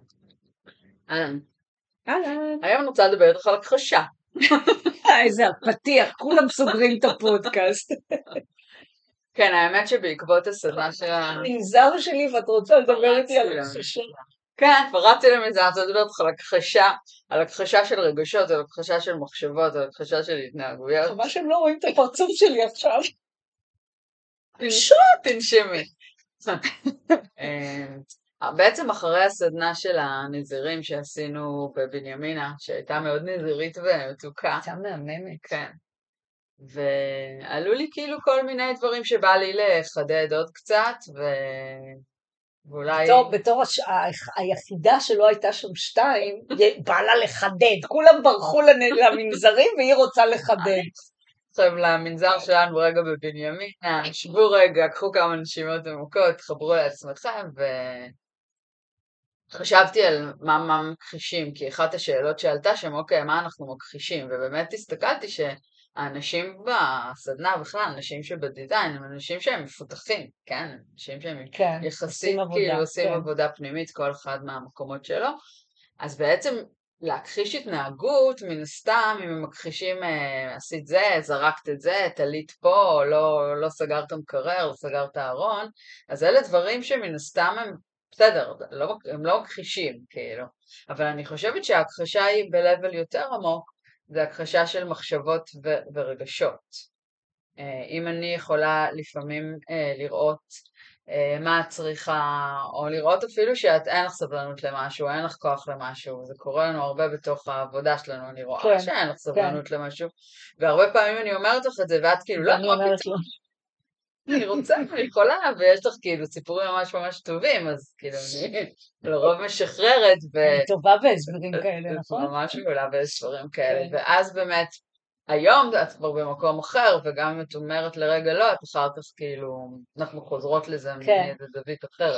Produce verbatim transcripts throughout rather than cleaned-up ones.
אהלן. אהלן. היום אני רוצה לדבר איתך על הכחשה. איזה הפתיח, כולם סוגרים את הפודקאסט. כן, האמת שבעקבות הסדנה של ה... המנזר שלי ואת רוצה לדבר איתי על הכחשה. כן, פרצתי למנזר, אני רוצה לדבר איתך על הכחשה, על הכחשה של רגשות, על הכחשה של מחשבות, על הכחשה של התנהגויות. חבל שהם לא רואים את הפרצוף שלי עכשיו. פשוט תנשמי. בעצם אחרי הסדנה של הנזירים שעשינו בבנימינה, שהייתה מאוד נזירית ומתוקה. הייתה מהממת. כן. ועלו לי כאילו כל מיני דברים שבא לי לחדד עוד קצת, ו... ואולי... בתור, בתור הש... היחידה שלא הייתה שם שתיים, בא לה לחדד. כולם ברחו למנזרים והיא רוצה לחדד. עכשיו למנזר שלנו רגע בבנימינה, שבו רגע, קחו כמה נשימות עמוקות, תחברו לעצמכם, וחשבתי על מה, מה מכחישים, כי אחת השאלות שעלתה שם, אוקיי, מה אנחנו מכחישים, ובאמת הסתכלתי שהאנשים בסדנה בכלל, אנשים שבדיזיין, הם אנשים שהם מפותחים, כן? אנשים שהם כן, יחסית עושים כאילו עבודה, עושים כן. עבודה פנימית, כל אחד מהמקומות שלו, אז בעצם להכחיש התנהגות, מן הסתם, אם הם מכחישים, אה, עשית זה, זרקת את זה, תלית פה, לא, לא סגרת מקרר, לא סגרת ארון, אז אלה דברים שמן הסתם הם, בסדר, לא, הם לא מכחישים, כאילו. אבל אני חושבת שההכחשה היא ב-level יותר עמוק, זה הכחשה של מחשבות ו- ורגשות. אה, אם אני יכולה לפעמים אה, לראות מה את צריכה, או לראות אפילו שאת אין לך סבלנות למשהו, אין לך כוח למשהו, זה קורה לנו הרבה בתוך העבודה שלנו, אני רואה כן, שאין לך כן. סבלנות למשהו, והרבה פעמים אני אומרת לך את זה, ואת כאילו, לא, ואני מה אומרת פתאום, לו. אני רוצה, אני יכולה, ויש לך כאילו סיפורים ממש ממש טובים, אז כאילו אני לרוב משחררת, ו... אני טובה בהסברים כאלה, את נכון? ממש מעולה בהסברים כאלה, כן. ואז באמת, היום את כבר במקום אחר, וגם אם את אומרת לרגע לא, את אחר כך כאילו, אנחנו חוזרות לזה כן. מאיזה זווית אחרת.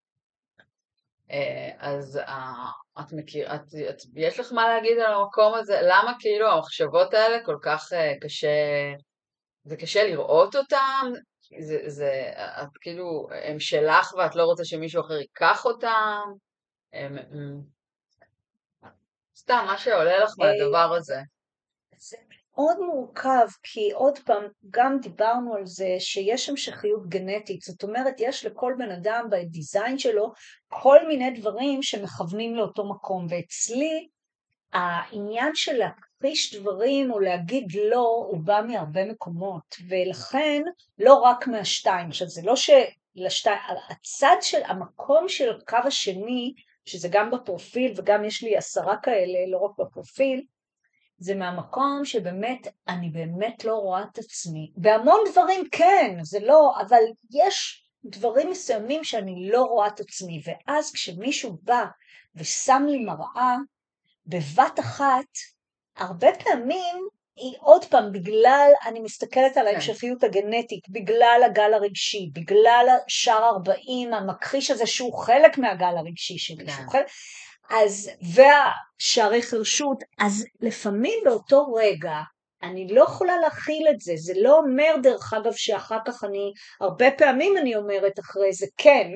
אה, אז אה, את מכיר, את, את, יש לך מה להגיד על המקום הזה? למה כאילו המחשבות האלה כל כך אה, קשה, זה קשה לראות אותם? זה, זה, את כאילו, הם שלך ואת לא רוצה שמישהו אחר ייקח אותם? הם, הם, סתם, מה שעולה לך מהדבר הזה. זה מאוד מורכב, כי עוד פעם, גם דיברנו על זה שיש המשכיות גנטית, זאת אומרת, יש לכל בן אדם בדיזיין שלו כל מיני דברים שמכוונים לאותו מקום, ואצלי העניין של להכחיש דברים או להגיד לא, הוא בא מהרבה מקומות, ולכן לא רק מהשתיים. עכשיו, זה לא שלשתיים, הצד של המקום של הקו השני, שזה גם בפרופיל וגם יש לי עשרה כאלה, לא רק בפרופיל, זה מהמקום שבאמת, אני באמת לא רואה את עצמי. בהמון דברים כן, זה לא, אבל יש דברים מסוימים שאני לא רואה את עצמי, ואז כשמישהו בא ושם לי מראה, בבת אחת, הרבה פעמים היא עוד פעם, בגלל, אני מסתכלת על ההמשכיות הגנטית, בגלל הגל הרגשי, בגלל השער ארבעים, המכחיש הזה שהוא חלק מהגל הרגשי שלי, שהוא חלק, אז, והשערי חרשות, אז לפעמים באותו רגע, אני לא יכולה להכיל את זה, זה לא אומר דרך אגב שאחר כך אני, הרבה פעמים אני אומרת אחרי זה כן,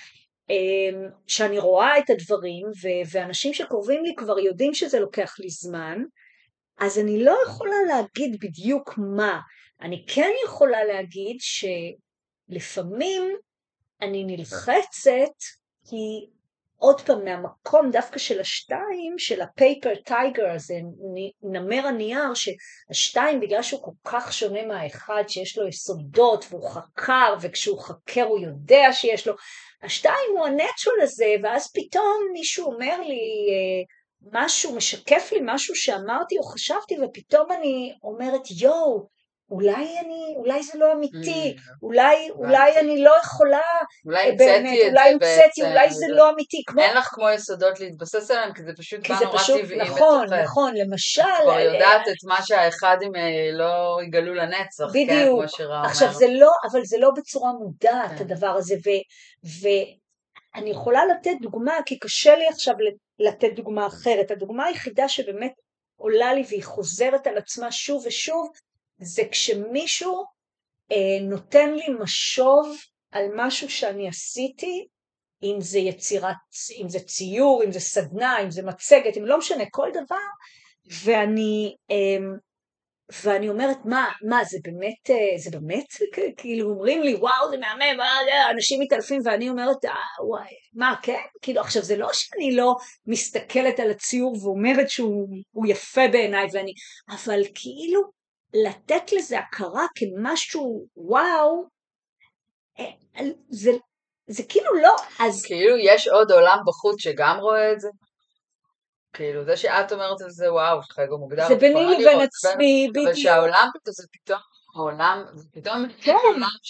שאני רואה את הדברים, ואנשים שקרובים לי כבר יודעים שזה לוקח לי זמן, אז אני לא יכולה להגיד בדיוק מה, אני כן יכולה להגיד שלפעמים אני נלחצת, כי עוד פעם מהמקום דווקא של השתיים, של הפייפר טייגר הזה, נמר הנייר, שהשתיים בגלל שהוא כל כך שונה מהאחד, שיש לו יסודות והוא חקר, וכשהוא חקר הוא יודע שיש לו, השתיים הוא הנטרל הזה, ואז פתאום מישהו אומר לי משהו, משקף לי משהו שאמרתי או חשבתי, ופתאום אני אומרת, יואו, אולי אני, אולי זה לא אמיתי, אולי, אולי אני לא יכולה, אולי באמת, המצאתי את אולי זה המצאתי, בעצם, אולי זה לא אמיתי, כמו, אין לך כמו יסודות להתבסס עליהם, כי זה פשוט כי בא זה נורא פשוט, טבעי נכון, בתוכך. נכון, למשל, את כבר יודעת את מה שהאחדים לא יגלו לנצח, כן, בדיוק, כמו שירה עכשיו אומרת. זה לא, אבל זה לא בצורה מודעת כן. הדבר הזה, ואני יכולה לתת דוגמה, כי קשה לי עכשיו לתת דוגמה אחרת, הדוגמה היחידה שבאמת עולה לי והיא חוזרת על עצמה שוב ושוב, זה כשמישהו אה, נותן לי משוב על משהו שאני עשיתי, אם זה יצירת, אם זה ציור, אם זה סדנה, אם זה מצגת, אם לא משנה, כל דבר, ואני, ואני אומרת, מה, מה, זה באמת, זה באמת, כאילו אומרים לי, וואו, זה מהמם, אנשים מתעלפים, ואני אומרת, וואי, מה, כן? כאילו, עכשיו, זה לא שאני לא מסתכלת על הציור ואומרת שהוא יפה בעיניי, ואני, אבל כאילו, לתת לזה הכרה כמשהו, וואו, זה, זה כאילו לא, אז... כאילו, יש עוד עולם בחוץ שגם רואה את זה? כאילו, זה שאת אומרת על זה, וואו, יש לך אגו מוגדר, זה ביני לבין עצמי, בדיוק. אבל שהעולם זה פתאום, העולם, זה פתאום כן. עולם ש...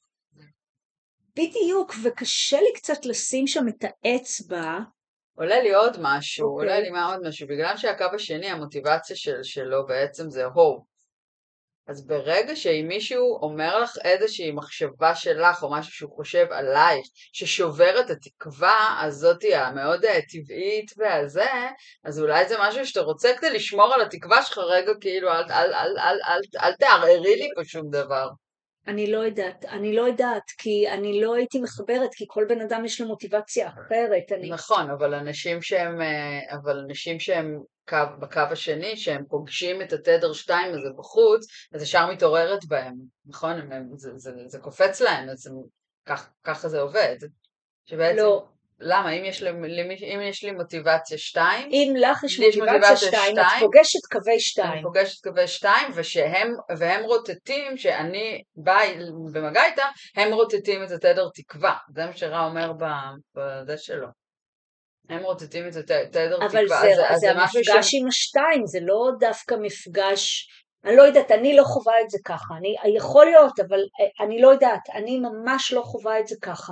בדיוק, וקשה לי קצת לשים שם את האצבע. עולה לי עוד משהו, אוקיי. עולה לי מה עוד משהו, בגלל שהקו השני, המוטיבציה של, שלו בעצם זה הו. אז ברגע שאם מישהו אומר לך איזושהי מחשבה שלך, או משהו שהוא חושב עלייך, ששובר את התקווה, אז זאתי המאוד טבעית והזה, אז אולי זה משהו שאתה רוצה כדי לשמור על התקווה שלך רגע, כאילו, אל, אל, אל, אל, אל, אל תערערי לי פה שום דבר. אני לא יודעת, אני לא יודעת, כי אני לא הייתי מחברת, כי כל בן אדם יש לו מוטיבציה אחרת. אני... נכון, אבל אנשים שהם, אבל אנשים שהם קו, בקו השני, שהם פוגשים את התדר שתיים הזה בחוץ, אז ישר מתעוררת בהם, נכון? הם, זה, זה, זה קופץ להם, אז הם, כך, ככה זה עובד. שבעצם, לא. למה? אם יש לי, אם יש לי מוטיבציה שתיים, אם לך יש מוטיבציה שתיים, את פוגשת קווי שתיים. אני פוגשת קווי שתיים, ושהם, והם רוטטים, שאני באה במגע איתם, הם רוטטים את התדר תקווה. זה מה שרע אומר בזה שלו. הם רוטטים את התדר תקווה. אבל זה, זה, זה המפגש ש... עם השתיים, זה לא דווקא מפגש, אני לא יודעת, אני לא חווה את זה ככה. אני, יכול להיות, אבל אני לא יודעת, אני ממש לא חווה את זה ככה.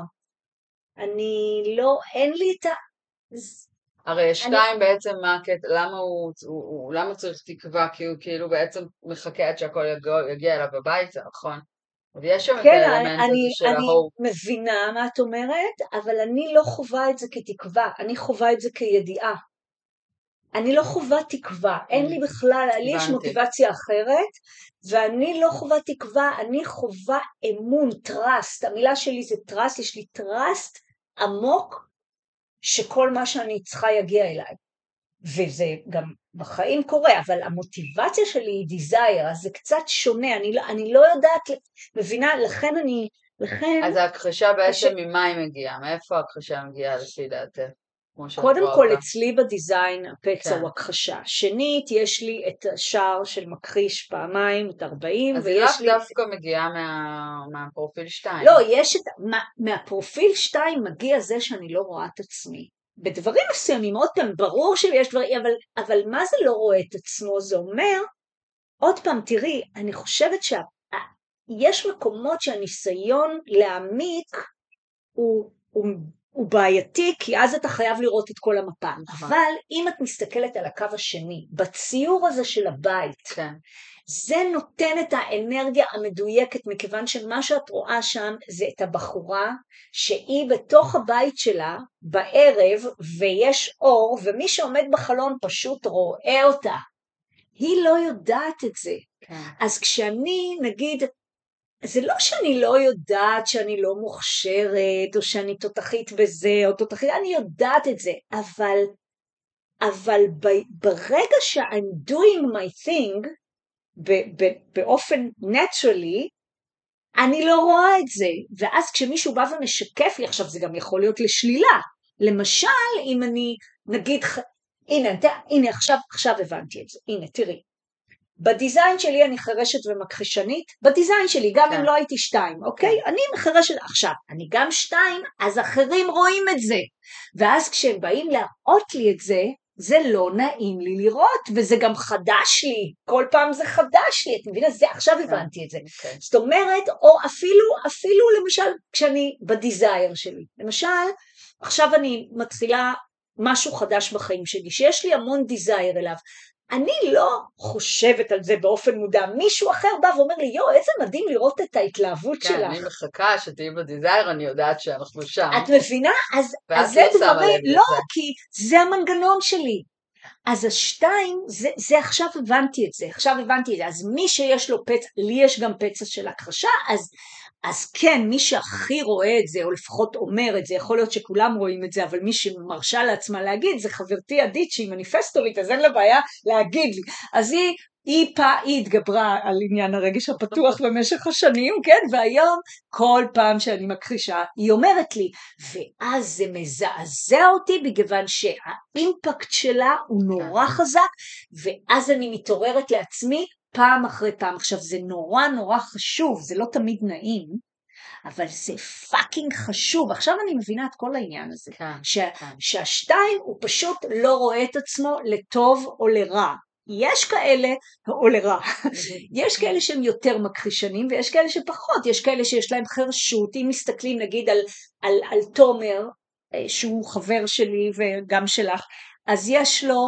אני לא, אין לי את ה... הרי שתיים בעצם מה הקטע, למה הוא, הוא, הוא, למה צריך תקווה? כי הוא כאילו בעצם מחכה עד שהכל יגיע אליו הביתה, נכון? ויש שם כן, את האלמנט אני, הזה של אני ההוא. מבינה מה את אומרת, אבל אני לא חווה את זה כתקווה, אני חווה את זה כידיעה. אני לא חווה תקווה, אין לי בכלל, לי יש מוטיבציה אחרת, ואני לא חווה תקווה, אני חווה אמון, טראסט, המילה שלי זה טראסט, יש לי טראסט עמוק, שכל מה שאני צריכה יגיע אליי. וזה גם בחיים קורה, אבל המוטיבציה שלי היא דיזייר, אז זה קצת שונה, אני, אני לא יודעת, מבינה, לכן אני, לכן... אז ההכחשה בעצם ש... ממה היא מגיעה? מאיפה ההכחשה מגיעה לפי דעתך? קודם כל אצלי בדיזיין הפצע הוא הכחשה. שנית, יש לי את השער של מכחיש פעמיים, את ארבעים, אז היא לא דווקא מגיעה מהפרופיל שתיים. לא, יש את, מהפרופיל שתיים מגיע זה שאני לא רואה את עצמי. בדברים מסוימים, עוד פעם, ברור שיש דברים, אבל, אבל מה זה לא רואה את עצמו? זה אומר, עוד פעם, תראי, אני חושבת שיש מקומות שהניסיון להעמיק הוא, הוא, הוא בעייתי, כי אז אתה חייב לראות את כל המפה. אבל אם את מסתכלת על הקו השני, בציור הזה של הבית, כן. זה נותן את האנרגיה המדויקת, מכיוון שמה שאת רואה שם זה את הבחורה, שהיא בתוך הבית שלה בערב, ויש אור, ומי שעומד בחלון פשוט רואה אותה. היא לא יודעת את זה. כן. אז כשאני, נגיד, זה לא שאני לא יודעת שאני לא מוכשרת, או שאני תותחית בזה, או תותחית, אני יודעת את זה, אבל, אבל ברגע ש-I'm doing my thing, באופן naturally, אני לא רואה את זה, ואז כשמישהו בא ומשקף לי, עכשיו זה גם יכול להיות לשלילה, למשל אם אני נגיד, הנה, הנה עכשיו, עכשיו הבנתי את זה, הנה תראי, בדיזיין שלי אני חרשת ומכחישנית, בדיזיין שלי גם כן. אם לא הייתי שתיים, אוקיי? כן. אני מחרשת עכשיו, אני גם שתיים, אז אחרים רואים את זה, ואז כשהם באים להראות לי את זה, זה לא נעים לי לראות, וזה גם חדש לי, כל פעם זה חדש לי, את מבינה? זה עכשיו הבנתי את זה. Okay. זאת אומרת, או אפילו, אפילו למשל, כשאני בדיזייר שלי, למשל, עכשיו אני מתחילה משהו חדש בחיים שלי, שיש לי המון דיזייר אליו, אני לא חושבת על זה באופן מודע, מישהו אחר בא ואומר לי, יו, איזה מדהים לראות את ההתלהבות כן, שלך. כן, אני מחכה שתהיי בדיזייר, אני יודעת שאנחנו שם. את מבינה? אז, אז זה לא דברים, לא, זה. כי זה המנגנון שלי. אז השתיים, זה, זה עכשיו הבנתי את זה, עכשיו הבנתי את זה, אז מי שיש לו פצע, לי יש גם פצע של הכחשה, אז אז כן, מי שהכי רואה את זה, או לפחות אומר את זה, יכול להיות שכולם רואים את זה, אבל מי שמרשה לעצמה להגיד, זה חברתי עדית שהיא מניפסטורית, אז אין לה בעיה להגיד לי. אז היא, היא, פע, היא התגברה על עניין הרגש הפתוח במשך השנים, כן? והיום, כל פעם שאני מכחישה, היא אומרת לי, ואז זה מזעזע אותי, בגלל שהאימפקט שלה הוא נורא חזק, ואז אני מתעוררת לעצמי, פעם אחרי פעם. עכשיו זה נורא נורא חשוב, זה לא תמיד נעים, אבל זה פאקינג חשוב. עכשיו אני מבינה את כל העניין הזה, כן, שה, כן. שהשתיים הוא פשוט לא רואה את עצמו לטוב או לרע. יש כאלה, או לרע, יש כאלה שהם יותר מכחישנים ויש כאלה שפחות, יש כאלה שיש להם חרשות. אם מסתכלים נגיד על, על, על תומר, שהוא חבר שלי וגם שלך, אז יש לו,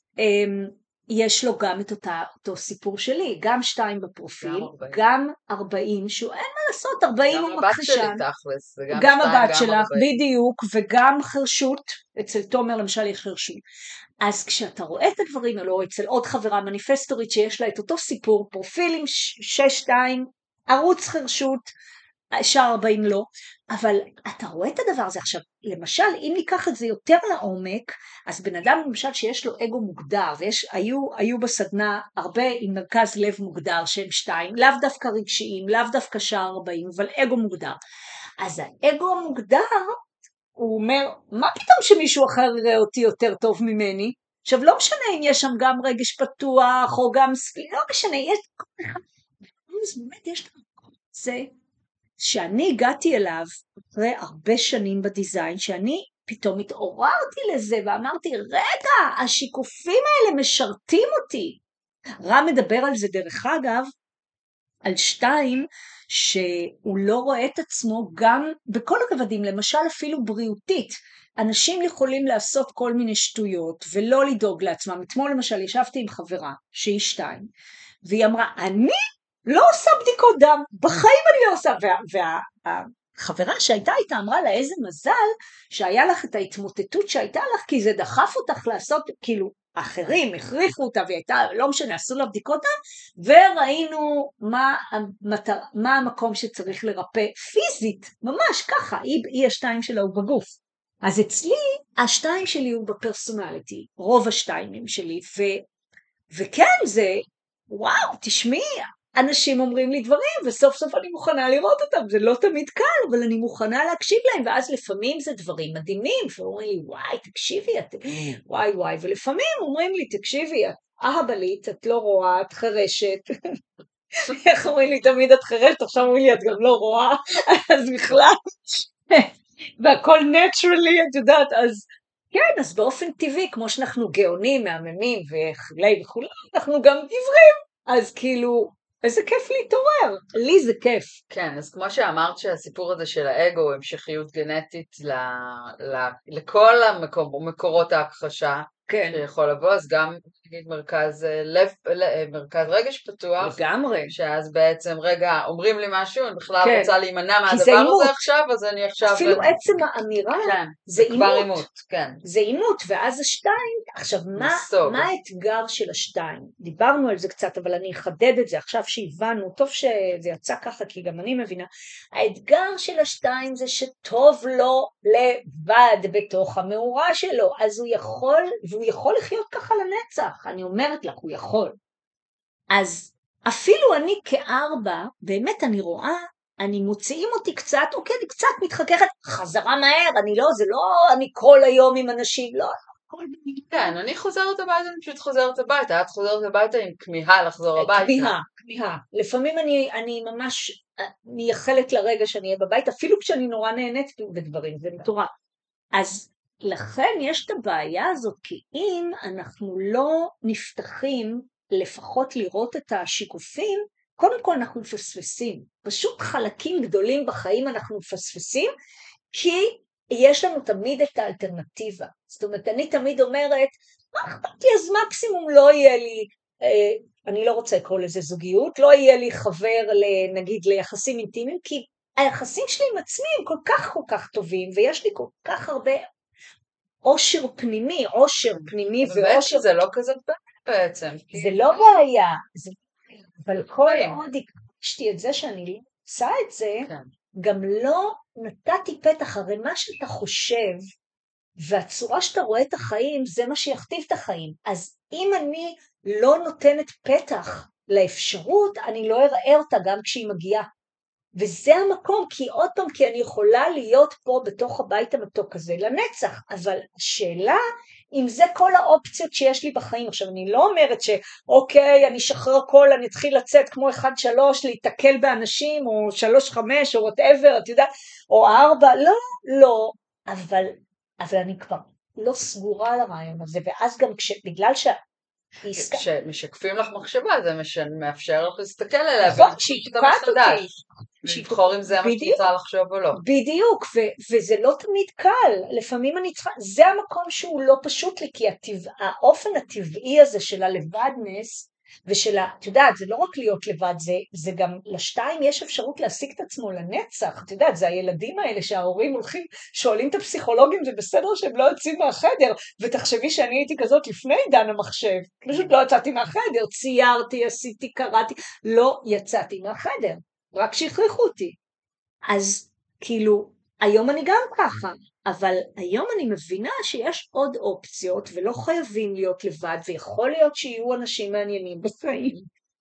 יש לו גם את אותה, אותו סיפור שלי, גם שתיים בפרופיל, גם ארבעים, גם ארבעים, שהוא אין מה לעשות, ארבעים הוא מכחישן. גם הבת שלי תכלס, גם, גם שתיים, הבת גם שלך, ארבעים. בדיוק, וגם חרשות, אצל תומר למשל היא חרשות. אז כשאתה רואה את הדברים האלו, אצל עוד חברה מניפסטורית שיש לה את אותו סיפור, פרופילים שש שתיים, ערוץ חרשות, שאר ארבעים לא, אבל אתה רואה את הדבר הזה. עכשיו, למשל, אם ניקח את זה יותר לעומק, אז בן אדם למשל שיש לו אגו מוגדר, והיו היו בסדנה הרבה עם מרכז לב מוגדר שהם שתיים, לאו דווקא רגשיים, לאו דווקא שאר ארבעים, אבל אגו מוגדר. אז האגו המוגדר, הוא אומר, מה פתאום שמישהו אחר יראה אותי יותר טוב ממני? עכשיו, לא משנה אם יש שם גם רגש פתוח, או גם ספיל, לא משנה, יש כל אחד. אז באמת יש לנו זה, שאני הגעתי אליו אחרי הרבה שנים בדיזיין, שאני פתאום התעוררתי לזה ואמרתי, רגע, השיקופים האלה משרתים אותי. רם מדבר על זה דרך אגב, על שתיים, שהוא לא רואה את עצמו גם בכל הרבדים, למשל אפילו בריאותית. אנשים יכולים לעשות כל מיני שטויות ולא לדאוג לעצמם. אתמול למשל ישבתי עם חברה שהיא שתיים, והיא אמרה, אני לא עושה בדיקות דם, בחיים אני לא עושה, והחברה וה, שהייתה איתה אמרה לה, איזה מזל שהיה לך את ההתמוטטות שהייתה לך, כי זה דחף אותך לעשות, כאילו, אחרים הכריחו אותה, והיא הייתה, לא משנה, עשו לה בדיקות דם, וראינו מה, המטר, מה המקום שצריך לרפא פיזית, ממש ככה, היא, היא השתיים שלה הוא בגוף. אז אצלי, השתיים שלי הוא בפרסונליטי, רוב השתיימים שלי, ו, וכן זה, וואו, תשמעי, אנשים אומרים לי דברים, וסוף סוף אני מוכנה לראות אותם, זה לא תמיד קל, אבל אני מוכנה להקשיב להם, ואז לפעמים זה דברים מדהימים, ואומרים לי, וואי, תקשיבי, את... וואי וואי, ולפעמים אומרים לי, תקשיבי, את אהבלית, את לא רואה, את חרשת, איך אומרים לי, תמיד את חרשת, עכשיו אומרים לי, את גם לא רואה, אז בכלל, והכל naturally, את יודעת, אז כן, אז באופן טבעי, כמו שאנחנו גאונים, מהממים וכולי וכולי, אנחנו גם עיוורים, אז כאילו, איזה כיף להתעורר, לי זה כיף. כן, אז כמו שאמרת שהסיפור הזה של האגו הוא המשכיות גנטית ל, ל, לכל המקום, מקורות ההכחשה כן. שיכול לבוא, אז גם נגיד מרכז לב, מרכז רגש פתוח. לגמרי. שאז בעצם רגע אומרים לי משהו, אני בכלל כן. רוצה להימנע מהדבר הזה עכשיו, אז אני עכשיו... אפילו אני... עצם האמירה כן, זה כבר אימות. אימות. כן. זה אימות, ואז השתיים, עכשיו מה, מה האתגר של השתיים? דיברנו על זה קצת, אבל אני אחדד את זה עכשיו שהבנו, טוב שזה יצא ככה, כי גם אני מבינה. האתגר של השתיים זה שטוב לו לבד בתוך המאורה שלו, אז הוא יכול, והוא יכול לחיות ככה לנצח, אני אומרת לך, הוא יכול. אז אפילו אני כארבע, באמת אני רואה, אני מוציאים אותי קצת, אוקיי, אני קצת מתחככת, חזרה מהר, אני לא, זה לא, אני כל היום עם אנשים, לא, כל מיני. כן, אני חוזרת הביתה, אני פשוט חוזרת הביתה, את חוזרת הביתה עם כמיהה לחזור הביתה. כמיהה, כמיהה. לפעמים אני, אני ממש מייחלת לרגע שאני אהיה בבית, אפילו כשאני נורא נהנית בדברים, זה מטורף. אז לכן יש את הבעיה הזאת, כי אם אנחנו לא נפתחים לפחות לראות את השיקופים, קודם כל אנחנו מפספסים, פשוט חלקים גדולים בחיים אנחנו מפספסים, כי יש לנו תמיד את האלטרנטיבה. זאת אומרת, אני תמיד אומרת, מה אכפת לי, אז מקסימום לא יהיה לי, אה, אני לא רוצה לקרוא לזה זוגיות, לא יהיה לי חבר נגיד ליחסים אינטימיים, כי היחסים שלי עם עצמי הם כל כך כל כך טובים, ויש לי כל כך הרבה עושר פנימי, עושר פנימי ועושר... זה לא כזה בעצם. זה לא בעיה, זה... אבל כל עוד הקשתי את זה שאני לא עושה את זה, כן. גם לא נתתי פתח, הרי מה שאתה חושב, והצורה שאתה רואה את החיים, זה מה שיכתיב את החיים. אז אם אני לא נותנת פתח לאפשרות, אני לא אראה אותה גם כשהיא מגיעה. וזה המקום, כי עוד פעם, כי אני יכולה להיות פה בתוך הבית המתוק הזה לנצח, אבל השאלה אם זה כל האופציות שיש לי בחיים. עכשיו אני לא אומרת שאוקיי, אני אשחרר הכל, אני אתחיל לצאת כמו אחד שלוש, להתקל באנשים, או שלוש חמש, או whatever, את יודעת, או ארבע, לא, לא, אבל, אבל אני כבר לא סגורה על הרעיון הזה, ואז גם כש, בגלל שה... כשמשקפים לך מחשבה, זה מאפשר לך להסתכל עליה, נכון, שהתקעת אותי. לבחור אם זה מה שאת רוצה לחשוב או לא. בדיוק, וזה לא תמיד קל, לפעמים אני צריכה, זה המקום שהוא לא פשוט לי, כי האופן הטבעי הזה של הלבדנס, ושל, את יודעת, זה לא רק להיות לבד, זה, זה גם לשתיים יש אפשרות להשיג את עצמו לנצח, את יודעת, זה הילדים האלה שההורים הולכים, שואלים את הפסיכולוגים, זה בסדר שהם לא יוצאים מהחדר, ותחשבי שאני הייתי כזאת לפני עידן המחשב, פשוט לא יצאתי מהחדר, ציירתי, עשיתי, קראתי, לא יצאתי מהחדר, רק שהכריחו אותי. אז כאילו, היום אני גם ככה, אבל היום אני מבינה שיש עוד אופציות, ולא חייבים להיות לבד, ויכול להיות שיהיו אנשים מעניינים בחיים.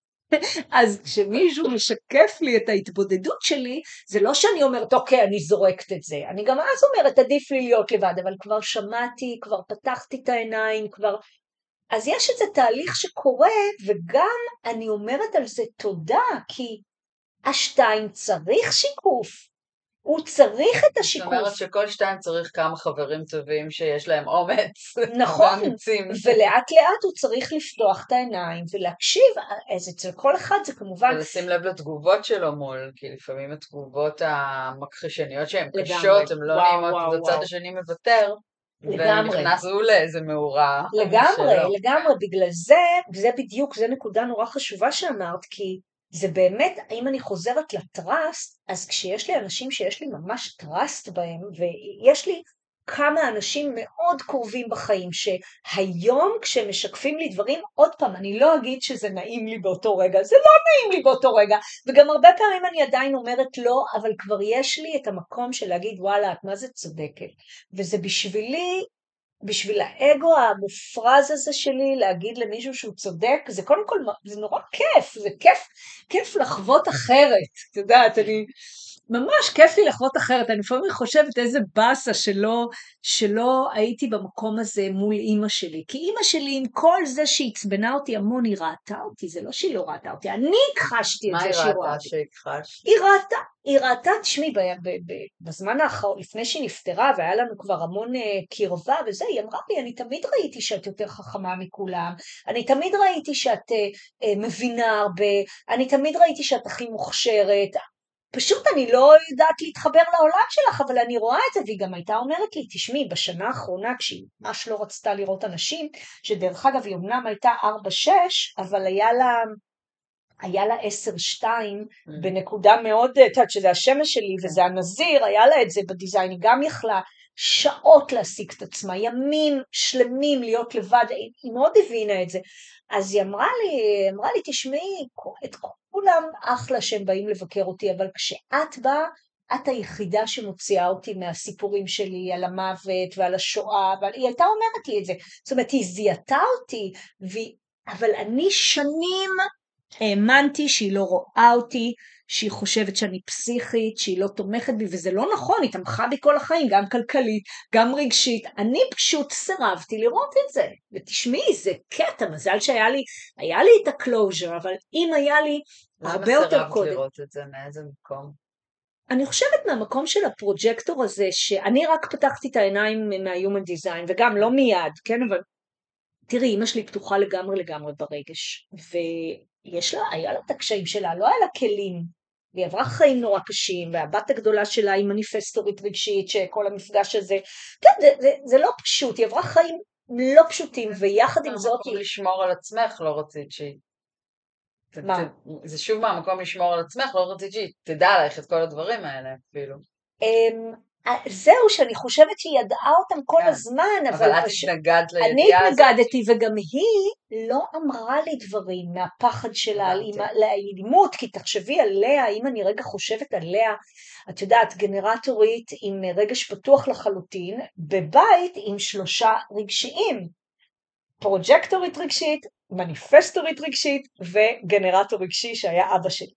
אז כשמישהו משקף לי את ההתבודדות שלי, זה לא שאני אומרת, אוקיי, אני זורקת את זה. אני גם אז אומרת, עדיף לי להיות לבד, אבל כבר שמעתי, כבר פתחתי את העיניים, כבר... אז יש איזה תהליך שקורה, וגם אני אומרת על זה תודה, כי השתיים צריך שיקוף. הוא צריך את השיקוף. זאת אומרת שכל שתיים צריך כמה חברים טובים שיש להם אומץ. נכון, ולאט לאט הוא צריך לפתוח את העיניים ולהקשיב, אז אצל כל אחד זה כמובן... ולשים לב לתגובות שלו מול, כי לפעמים התגובות המכחישניות שהן קשות, הן לא נעימות, הצד השני מוותר, ונכנסו לאיזה מאורה. לגמרי, לגמרי, בגלל זה, זה בדיוק, זה נקודה נורא חשובה שאמרת, כי זה באמת, אם אני חוזרת לטראסט, אז כשיש לי אנשים שיש לי ממש טראסט בהם, ויש לי כמה אנשים מאוד קרובים בחיים, שהיום כשמשקפים לי דברים, עוד פעם, אני לא אגיד שזה נעים לי באותו רגע, זה לא נעים לי באותו רגע, וגם הרבה פעמים אני עדיין אומרת לא, אבל כבר יש לי את המקום של להגיד, וואלה, את מה זה צודקת, וזה בשבילי, בשביל האגו המופרז הזה שלי, להגיד למישהו שהוא צודק, זה קודם כל, זה נורא כיף, זה כיף, כיף לחוות אחרת, את יודעת, אני, ממש כיף לי לחוות אחרת, אני לפעמים חושבת איזה בסה שלא, שלא הייתי במקום הזה מול אמא שלי, כי אמא שלי עם כל זה שהצבנה אותי המון, היא ראתה אותי, זה לא שהיא לא ראתה אותי, אני הכחשתי את זה שהיא ראתה. מה היא ראתה שהכחשת? היא ראתה, היא ראתה, תשמעי, בזמן האחרון, לפני שהיא נפטרה, והיה לנו כבר המון קרבה וזה, היא אמרה לי, אני תמיד ראיתי שאת יותר חכמה מכולם, אני תמיד ראיתי שאת מבינה הרבה, אני תמיד ראיתי שאת הכי מוכשרת, פשוט אני לא יודעת להתחבר לעולם שלך, אבל אני רואה את זה, והיא גם הייתה אומרת לי, תשמעי, בשנה האחרונה, כשהיא ממש לא רצתה לראות אנשים, שדרך אגב היא אמנם הייתה ארבע שש, אבל היה לה, היה לה עשר שתיים, mm. בנקודה מאוד, שזה השמש שלי, okay. וזה הנזיר, היה לה את זה בדיזיין, היא גם יכלה שעות להשיג את עצמה, ימים שלמים להיות לבד, היא מאוד הבינה את זה, אז היא אמרה לי, אמרה לי, תשמעי, את כולם אחלה שהם באים לבקר אותי, אבל כשאת באה, את היחידה שמוציאה אותי מהסיפורים שלי על המוות ועל השואה, והיא הייתה אומרת לי את זה, זאת אומרת, היא זיהתה אותי, ו... אבל אני שנים האמנתי שהיא לא רואה אותי, שהיא חושבת שאני פסיכית, שהיא לא תומכת בי, וזה לא נכון, היא תמכה בי כל החיים, גם כלכלית, גם רגשית, אני פשוט סירבתי לראות את זה, ותשמעי, זה קטע, מזל שהיה לי, היה לי את הקלוז'ר, אבל אם היה לי הרבה יותר קודם. למה סירבת לראות את זה, מאיזה מקום? אני חושבת מהמקום של הפרוג'קטור הזה, שאני רק פתחתי את העיניים מה-Human Design, וגם לא מיד, כן, אבל תראי, אמא שלי פתוחה לגמרי לגמרי ברגש, ויש לה, היה לה את הקשיים שלה, לא היה לה כלים, והיא עברה חיים נורא קשים, והבת הגדולה שלה היא מניפסטורית רגשית, שכל המפגש הזה, כן, זה, זה, זה לא פשוט, היא עברה חיים לא פשוטים, ויחד עם זאת... המקום לשמור על עצמך, לא רצית שהיא... מה? זה שוב מהמקום לשמור על עצמך, לא רצית שהיא תדע עליך את כל הדברים האלה, אפילו. זהו שאני חושבת שהיא ידעה אותם כל כן. הזמן, אבל, אבל את פשוט, התנגדת אני לידיעה הזאת? התנגדתי, וגם היא לא אמרה לי דברים מהפחד שלה על הבנתי. אימא- לאלימות, כי תחשבי עליה, אם אני רגע חושבת עליה, את יודעת, גנרטורית עם רגש פתוח לחלוטין, בבית עם שלושה רגשיים, פרוג'קטורית רגשית, מניפסטורית רגשית וגנרטור רגשי שהיה אבא שלי.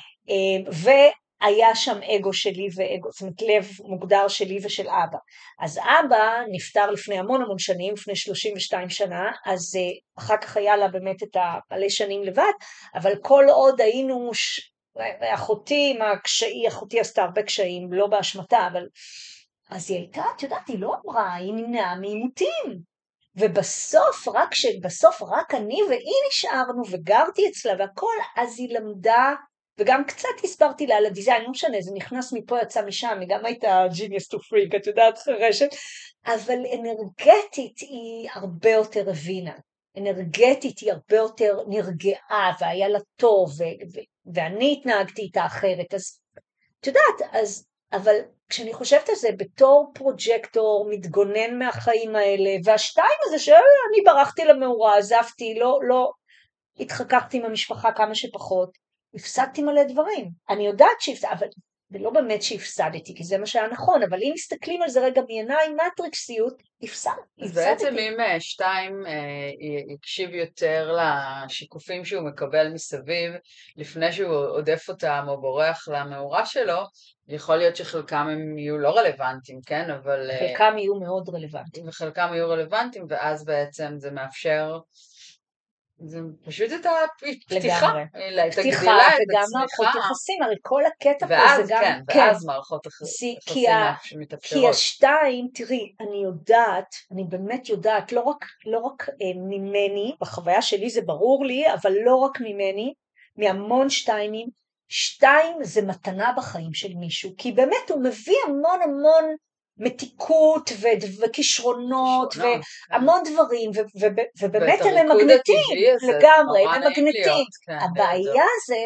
והיה שם אגו שלי ואגו, זאת אומרת לב מוגדר שלי ושל אבא. אז אבא נפטר לפני המון המון שנים, לפני שלושים ושתיים שנה, אז אחר כך היה לה באמת את המלא שנים לבד, אבל כל עוד היינו, ש... אחותי עם הקשיים, אחותי עשתה הרבה קשיים, לא באשמתה, אבל אז היא הייתה, את יודעת, היא לא אמרה, היא נמנעה מעימותים. ובסוף, רק שבסוף רק אני והיא נשארנו וגרתי אצלה והכל, אז היא למדה, וגם קצת הסברתי לה על הדיזיין, לא משנה, זה נכנס מפה, יצא משם, היא גם הייתה genius to freak, את יודעת, חרשת, אבל אנרגטית היא הרבה יותר הבינה, אנרגטית היא הרבה יותר נרגעה, והיה לה טוב, ו- ו- ואני התנהגתי איתה אחרת, אז את יודעת, אז, אבל כשאני חושבת על זה בתור פרוג'קטור מתגונן מהחיים האלה, והשתיים הזה שאני ברחתי למאורה, עזבתי, לא, לא, התחככתי עם המשפחה כמה שפחות, הפסדתי מלא דברים. אני יודעת שהפסדתי, אבל ולא באמת שהפסדתי, כי זה מה שהיה נכון, אבל אם מסתכלים על זה רגע בעיניים מטריקסיות, הפסדתי. אז בעצם אם שתיים יקשיב יותר לשיקופים שהוא מקבל מסביב, לפני שהוא עודף אותם או בורח למאורה שלו, יכול להיות שחלקם הם יהיו לא רלוונטיים, כן? אבל... חלקם יהיו מאוד רלוונטיים. וחלקם יהיו רלוונטיים, ואז בעצם זה מאפשר... זה פשוט את הפתיחה, פתיחה וגם מערכות יחסים, הרי כל הקטע פה זה גם, כן, ואז מערכות יחסים מתאפשרות. כי השתיים, תראי, אני יודעת, אני באמת יודעת, לא רק, לא רק ממני, בחוויה שלי זה ברור לי, אבל לא רק ממני, מהמון שתיימים, שתיים זה מתנה בחיים של מישהו, כי באמת הוא מביא המון המון מתיקות וכישרונות והמון דברים, ובאמת הם מגנטים לגמרי, הם מגנטים. הבעיה זה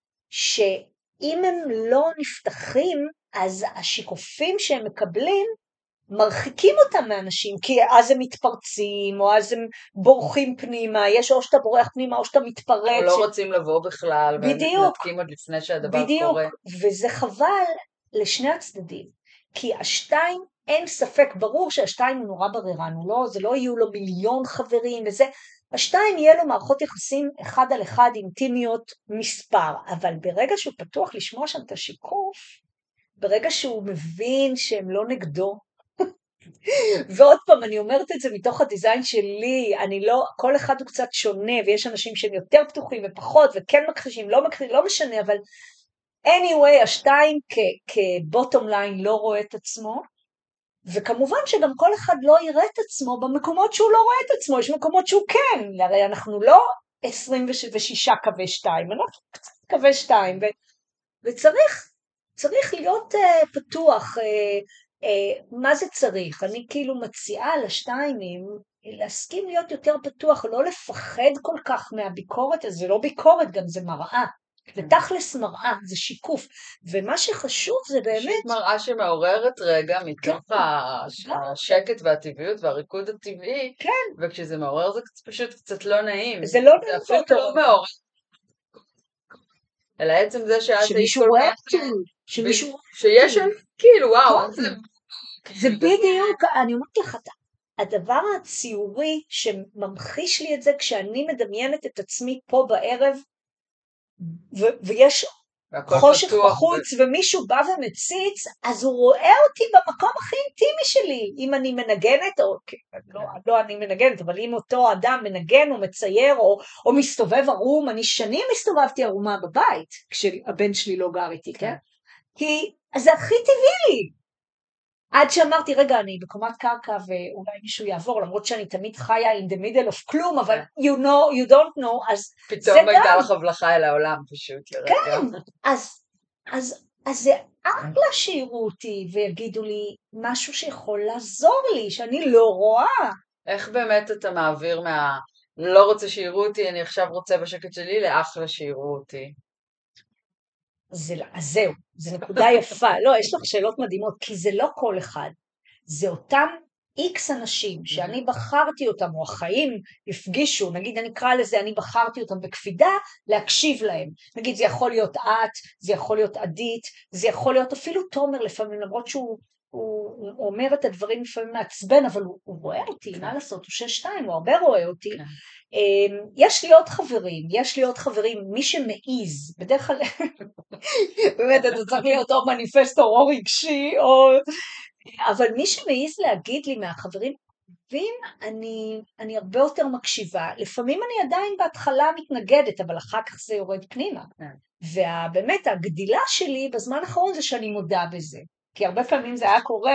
שאם הם לא נפתחים, אז השיקופים שהם מקבלים מרחיקים אותם מאנשים, כי אז הם מתפרצים, או אז הם בורחים פנימה, יש או שאתה בורח פנימה, או שאתה מתפרץ. או לא רוצים לבוא בכלל, ומתנתקים עוד לפני שהדבר קורה. בדיוק, וזה חבל לשני הצדדים. כי השתיים, אין ספק, ברור שהשתיים הוא נורא בררן, הוא לא, זה לא יהיו לו מיליון חברים וזה, השתיים יהיה לו מערכות יחסים אחד על אחד אינטימיות מספר, אבל ברגע שהוא פתוח לשמוע שם את השיקוף, ברגע שהוא מבין שהם לא נגדו, ועוד פעם אני אומרת את זה מתוך הדיזיין שלי, אני לא, כל אחד הוא קצת שונה, ויש אנשים שהם יותר פתוחים ופחות, וכן מכחישים, לא מכחישים, לא משנה, אבל anyway, השתיים כבוטום ליין לא רואה את עצמו, וכמובן שגם כל אחד לא יראה את עצמו במקומות שהוא לא רואה את עצמו, יש מקומות שהוא כן, הרי אנחנו לא עשרים ושש קווי שתיים, אנחנו קצת קווי שתיים, וצריך צריך להיות uh, פתוח, uh, uh, מה זה צריך? אני כאילו מציעה לשתיימים, להסכים להיות יותר פתוח, לא לפחד כל כך מהביקורת, אז זה לא ביקורת, גם זה מראה. ותכלס מראה, זה שיקוף, ומה שחשוב זה באמת... פשוט מראה שמעוררת רגע מתוך השקט והטבעיות והריקוד הטבעי, וכשזה מעורר זה פשוט קצת לא נעים. זה לא נעים. זה אפילו לא מעורר. אלא עצם זה שאת שמישהו רואה שמישהו... שיש שם, כאילו וואו. זה בדיוק, אני אומרת לך, הדבר הציורי שממחיש לי את זה, כשאני מדמיינת את עצמי פה בערב, ויש חושך בחוץ ומישהו בא ומציץ, אז הוא רואה אותי במקום הכי אינטימי שלי, אם אני מנגנת, או לא, לא אני מנגנת, אבל אם אותו אדם מנגן או מצייר או, או מסתובב ערום, אני שנים מסתובבתי ערומה בבית, כשהבן שלי לא גר איתי, כן? כי זה הכי טבעי לי. עד שאמרתי, רגע, אני בקומת קרקע ואולי מישהו יעבור, למרות שאני תמיד חיה in the middle of כלום, אבל you know, you don't know, אז פתאום הייתה לך הבלחה אל העולם פשוט לרגע. כן, אז, אז, אז זה אחלה שיראו אותי ויגידו לי משהו שיכול לעזור לי, שאני לא רואה. איך באמת אתה מעביר מה, לא רוצה שיראו אותי, אני עכשיו רוצה בשקט שלי, לאחלה שיראו אותי? זה, אז זהו, זו נקודה יפה. לא, יש לך שאלות מדהימות, כי זה לא כל אחד. זה אותם איקס אנשים שאני בחרתי אותם, או החיים הפגישו, נגיד אני אקרא לזה, אני בחרתי אותם בקפידה, להקשיב להם. נגיד זה יכול להיות את, זה יכול להיות עדית, זה יכול להיות אפילו תומר לפעמים, למרות שהוא הוא, הוא אומר את הדברים לפעמים מעצבן, אבל הוא, הוא רואה אותי, מה לעשות, הוא שש שתיים, הוא הרבה רואה אותי. יש לי עוד חברים, יש לי עוד חברים, מי שמעיז, בדרך כלל, באמת, אתה צריך להיות או מניפסט או רגשי, או... אבל מי שמעיז להגיד לי מהחברים, ואם אני, אני הרבה יותר מקשיבה, לפעמים אני עדיין בהתחלה מתנגדת, אבל אחר כך זה יורד פנימה. ובאמת, הגדילה שלי בזמן האחרון זה שאני מודה בזה. כי הרבה פעמים זה היה קורה,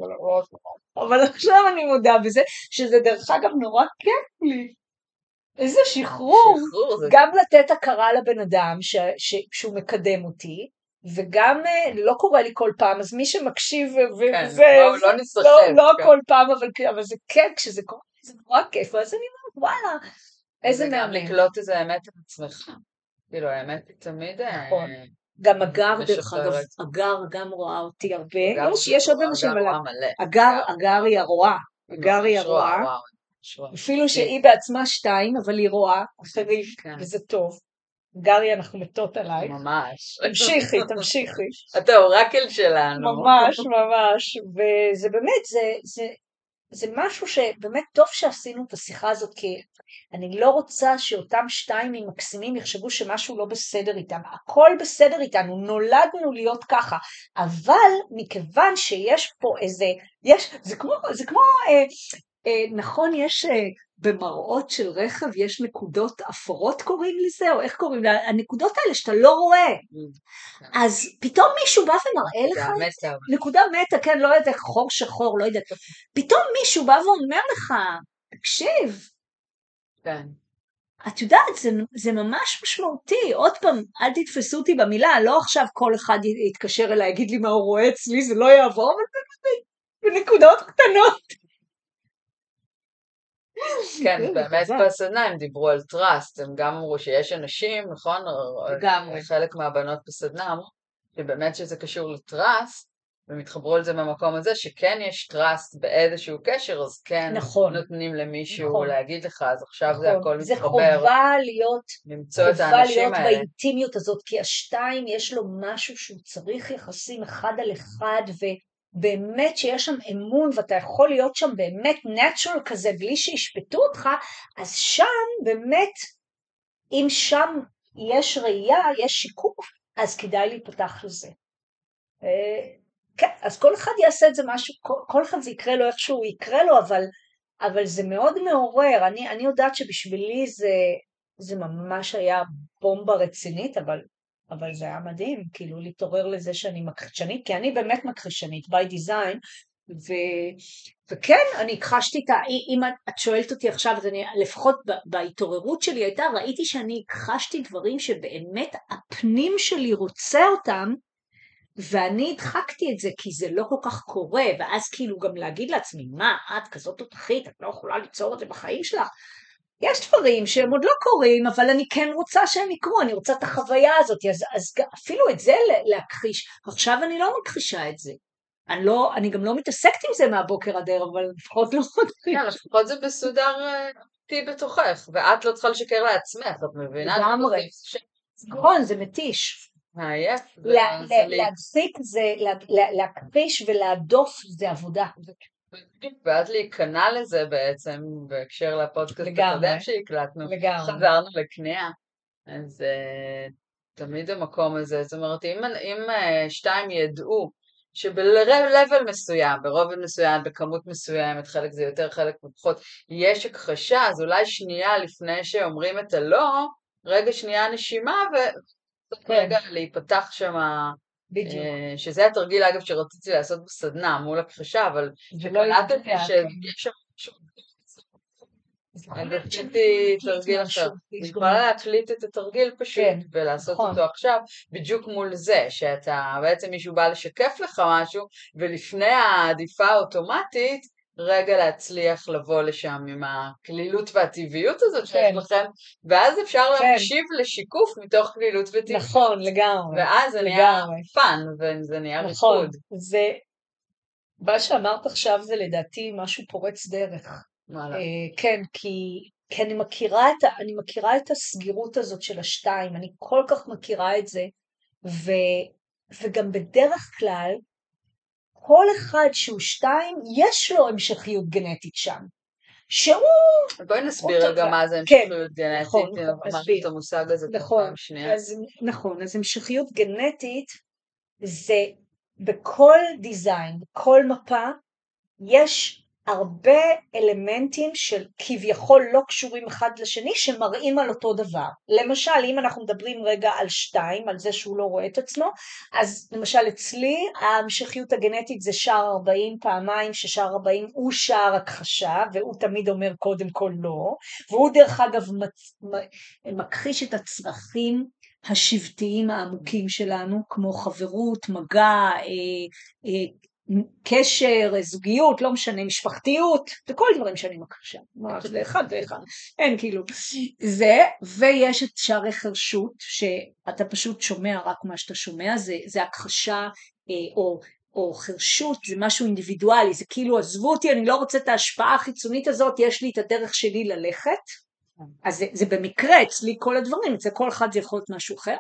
אבל עכשיו אני מודה בזה, שזה דרך אגב נורא כיף לי. איזה שחרור, שחרור גם זה... לתת הכרה לבן אדם ש... ש... שהוא מקדם אותי, וגם לא קורה לי כל פעם, אז מי שמקשיב וזה, כן, לא, לא נסחב. לא, לא כן. כל פעם, אבל, אבל זה כן, כשזה קורה, זה נורא כיף, אז אני אומרת, וואלה, איזה מהמם. זה גם לקלוט איזה האמת על עצמך, כאילו האמת היא תמיד... נכון. גם אגר, דרך אגב, אגר גם רואה אותי הרבה, יש, יש עוד אנשים, אגר, אגר היא הרואה, אגר היא הרואה, אפילו שהיא בעצמה שתיים, אבל היא רואה, אחרים, וזה טוב. גרי, אנחנו מתות עלייך. ממש. תמשיכי, תמשיכי. אתה אורקל שלנו. ממש, ממש. וזה באמת, זה, זה, זה משהו שבאמת טוב שעשינו את השיחה הזאת, כי אני לא רוצה שאותם שתיים מקסימים יחשבו שמשהו לא בסדר איתם. הכל בסדר איתנו, נולדנו להיות ככה. אבל מכיוון שיש פה איזה, יש, זה כמו, זה כמו, אה, אה, נכון, יש... אה, במראות של רכב יש נקודות אפורות קוראים לזה, או איך קוראים לזה, הנקודות האלה שאתה לא רואה. אז פתאום מישהו בא ומראה לך, נקודה מתה, כן, לא יודעת, חור שחור, לא יודעת. פתאום מישהו בא ואומר לך, תקשיב, את יודעת, זה, זה ממש משמעותי. עוד פעם, אל תתפסו אותי במילה, לא עכשיו כל אחד יתקשר אליי, יגיד לי מה הוא רואה אצלי, זה לא יעבור, אבל בנקודות קטנות. כן, באמת בסדנה הם דיברו על טראסט, הם גם אמרו שיש אנשים, נכון? לגמרי. חלק מהבנות בסדנה אמרו, שבאמת שזה קשור לטראסט, ומתחברו על זה במקום הזה, שכן יש טראסט באיזשהו קשר, אז כן נותנים למישהו להגיד לך, אז עכשיו זה הכל מתחבר. זה חובה להיות, למצוא את האנשים האלה. באינטימיות הזאת, כי השתיים יש לו משהו שהוא צריך יחסים אחד על אחד, ו... באמת שיש שם אמון, ואתה יכול להיות שם באמת נטרל כזה, בלי שישפטו אותך, אז שם באמת, אם שם יש ראייה, יש שיקוף, אז כדאי להיפתח לזה. כן, אז כל אחד יעשה את זה משהו, כל, כל אחד זה יקרה לו איכשהו יקרה לו, אבל, אבל זה מאוד מעורר. אני, אני יודעת שבשבילי זה, זה ממש היה בומבה רצינית, אבל אבל זה היה מדהים, כאילו להתעורר לזה שאני מכחישנית, כי אני באמת מכחישנית, by design, ו... וכן, אני הכחשתי את ה... אם את שואלת אותי עכשיו, אז אני, לפחות בהתעוררות שלי הייתה, ראיתי שאני הכחשתי דברים שבאמת הפנים שלי רוצה אותם, ואני הדחקתי את זה, כי זה לא כל כך קורה, ואז כאילו גם להגיד לעצמי, מה, את כזאת תותחית, את לא יכולה ליצור את זה בחיים שלך, יש דברים שהם עוד לא קורים, אבל אני כן רוצה שהם יקרו, אני רוצה את החוויה הזאת, אז, אז אפילו את זה להכחיש, עכשיו אני לא מכחישה את זה, אני, לא, אני גם לא מתעסקת עם זה מהבוקר עד ערב, אבל לפחות לא מכחיש. כן, לפחות זה בסודר אותי בתוכך, ואת לא צריכה לשקר לעצמך, את מבינה? לגמרי, נכון, זה מתיש. מעייף. להפסיק זה, להכחיש ולהדוף זה עבודה. ואז להיכנע לזה בעצם, בהקשר לפודקאסט הקודם שהקלטנו, חזרנו לקנייה. אז uh, תמיד המקום הזה, זאת אומרת, אם, אם uh, שתיים ידעו, שב-level מסוים, ברובד מסוים, בכמות מסוימת, חלק זה יותר, חלק פחות, יש הכחשה, אז אולי שנייה לפני שאומרים את הלא, רגע שנייה נשימה, ורגע להיפתח שמה, בדיוק. שזה התרגיל אגב שרציתי לעשות בסדנה מול הכחשה, אבל שקלטתי שיש שם משהו. אני רציתי תרגיל אחר. אני יכולה להקליט את התרגיל פשוט ולעשות אותו עכשיו, בדיוק מול זה, שאתה בעצם מישהו בא לשקף לך משהו, ולפני העדיפה האוטומטית, רגע להצליח לבוא לשם עם הכלילות והטבעיות הזאת שיש כן, לכם, ואז אפשר כן, להקשיב לשיקוף מתוך כלילות וטבעיות. נכון, לגמרי, ואז זה נהיה לגמרי, פאן, וזה נהיה נכון. ריקוד. זה, מה שאמרת עכשיו זה לדעתי משהו פורץ דרך. וואלה. אה, כן, כי, כי אני מכירה את, ה- אני מכירה את הסגירות הזאת של השתיים, אני כל כך מכירה את זה, ו, וגם בדרך כלל, כל אחד שהוא שתיים, יש לו המשכיות גנטית שם, שהוא בואי נסביר אותו רגע דבר. מה זה כן, המשכיות נכון, גנטית, אם נכון, אמרת אסביר. את המושג הזה כבר נכון, פעם שנייה. אז, נכון, אז המשכיות גנטית זה בכל דיזיין, בכל מפה, יש הרבה אלמנטים של כביכול לא קשורים אחד לשני שמראים על אותו דבר. למשל, אם אנחנו מדברים רגע על שתיים, על זה שהוא לא רואה את עצמו, אז למשל אצלי ההמשכיות הגנטית זה שער ארבעים פעמיים, ששער ארבעים הוא שער הכחשה, והוא תמיד אומר קודם כל לא, והוא דרך אגב מצ... מכחיש את הצרכים השבטיים העמוקים שלנו, כמו חברות, מגע, אה, אה, קשר, זוגיות, לא משנה, משפחתיות, וכל דברים שאני מכחישה, ממש זה אחד ואחד, אין כאילו, זה, ויש את שערי חרשות, שאתה פשוט שומע רק מה שאתה שומע, זה, זה הכחשה, או, או חרשות, זה משהו אינדיבידואלי, זה כאילו עזבו אותי, אני לא רוצה את ההשפעה החיצונית הזאת, יש לי את הדרך שלי ללכת, אז זה, זה במקרה אצלי כל הדברים, אצל כל אחד זה יכול להיות משהו אחר,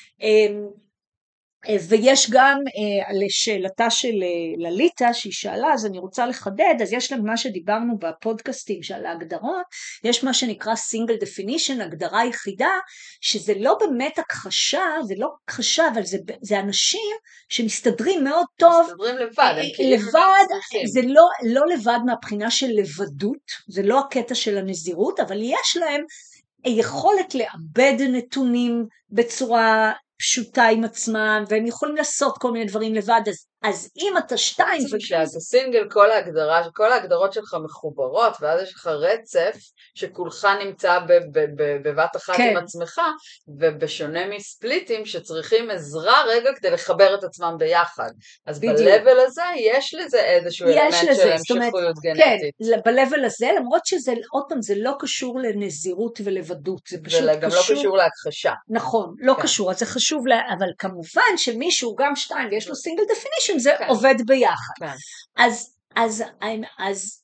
ויש גם לשאלתה של לליטה שהיא שאלה, אז אני רוצה לחדד, אז יש להם מה שדיברנו בפודקאסטים של ההגדרות, יש מה שנקרא single definition, הגדרה יחידה, שזה לא באמת הכחשה, זה לא הכחשה, אבל זה, זה אנשים שמסתדרים מאוד טוב, מסתדרים לבד, הם כאילו לבד, זה לא, לא לבד מהבחינה של לבדות, זה לא הקטע של הנזירות, אבל יש להם יכולת לאבד נתונים בצורה פשוטה עם עצמם, והם יכולים לעשות כל מיני דברים לבד, אז, אז אם אתה שתיים... כשאתה סינגל, כל ההגדרה, כל ההגדרות שלך מחוברות, ואז יש לך רצף שכולך נמצא בבת אחת כן. עם עצמך, ובשונה מספליטים שצריכים עזרה רגע כדי לחבר את עצמם ביחד. אז בלבל הזה יש לזה איזשהו אלמנט של המשכיות גנטית. כן, בלבל הזה, למרות שזה, עוד פעם, זה לא קשור לנזירות ולבדות, זה פשוט וגם קשור... לא קשור להכחשה. נכון, לא כן. קשור, אז זה חשוב, לה, אבל כמובן שמישהו גם שתיים ויש לו סינגל דפינישן, זה כן. עובד ביחד. כן. אז, אז, אז,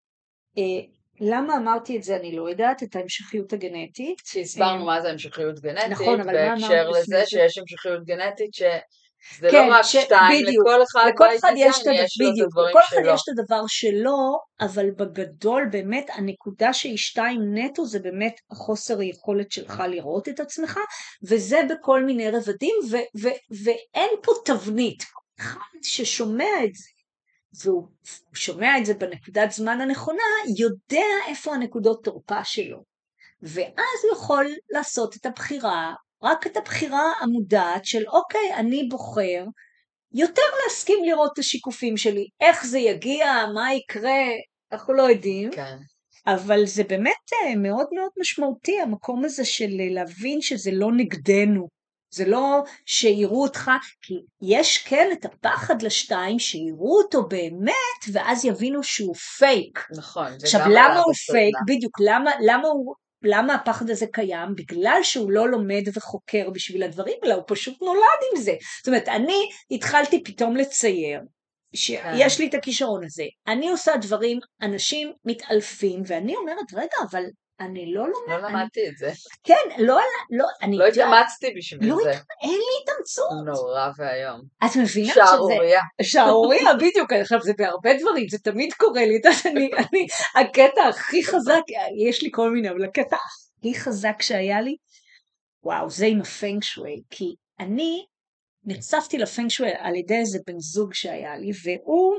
אה, למה אמרתי את זה? אני לא יודעת, את ההמשכיות הגנטית. שהסברנו מה זה המשכיות גנטית, נכון, אבל מה אמרתי בהקשר לזה שיש המשכיות גנטית ש... זה כן, לא רק ש... שתיים, בדיוק. לכל אחד לכל אחד יש, יש, את, יש לו בדיוק. את הדברים לכל שלו. אחד יש את הדבר שלו, אבל בגדול באמת הנקודה שהיא שתיים נטו זה באמת החוסר היכולת שלך לראות את עצמך, וזה בכל מיני רבדים, ו... ו... ואין פה תבנית. אחד ששומע את זה, והוא שומע את זה בנקודת זמן הנכונה, יודע איפה הנקודות תורפה שלו. ואז הוא יכול לעשות את הבחירה, רק את הבחירה המודעת של אוקיי, אני בוחר יותר להסכים לראות את השיקופים שלי. איך זה יגיע, מה יקרה, אנחנו לא יודעים. כן. אבל זה באמת מאוד מאוד משמעותי, המקום הזה של להבין שזה לא נגדנו. זה לא שיראו אותך, כי יש כן את הפחד לשתיים, שיראו אותו באמת, ואז יבינו שהוא פייק. נכון. עכשיו, למה הוא פייק? בדיוק, למה, למה הוא... למה הפחד הזה קיים? בגלל שהוא לא לומד וחוקר בשביל הדברים, אלא הוא פשוט נולד עם זה. זאת אומרת, אני התחלתי פתאום לצייר, שיש לי את הכישרון הזה. אני עושה דברים, אנשים מתעלפים, ואני אומרת, רגע, אבל אני לא לומד. לא למדתי את זה. כן, לא, לא, אני... לא התאמצתי בשביל לא, זה. אין לי התאמצות. נורא והיום. את מבינה שזה... שערוריה. שערוריה, בדיוק, עכשיו זה בהרבה דברים, זה תמיד קורה לי, אני, אני, הקטע הכי חזק, יש לי כל מיני, אבל הקטע הכי חזק שהיה לי, וואו, זה עם הפנג שווי, כי אני נחשפתי לפנג שווי על ידי איזה בן זוג שהיה לי, והוא,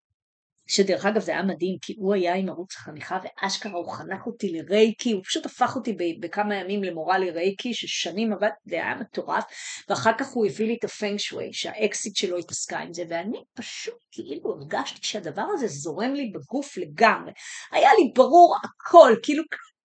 שדרך אגב זה היה מדהים, כי הוא היה עם ערוץ החניכה, ואשכרה הוא חנך אותי לרייקי, הוא פשוט הפך אותי בכמה ימים למורה לרייקי, ששנים עבד, זה היה מטורף, ואחר כך הוא הביא לי את הפנג שווי, שהאקסיט שלו התעסקה עם זה, ואני פשוט כאילו הרגשתי שהדבר הזה זורם לי בגוף לגמרי, היה לי ברור הכל, כאילו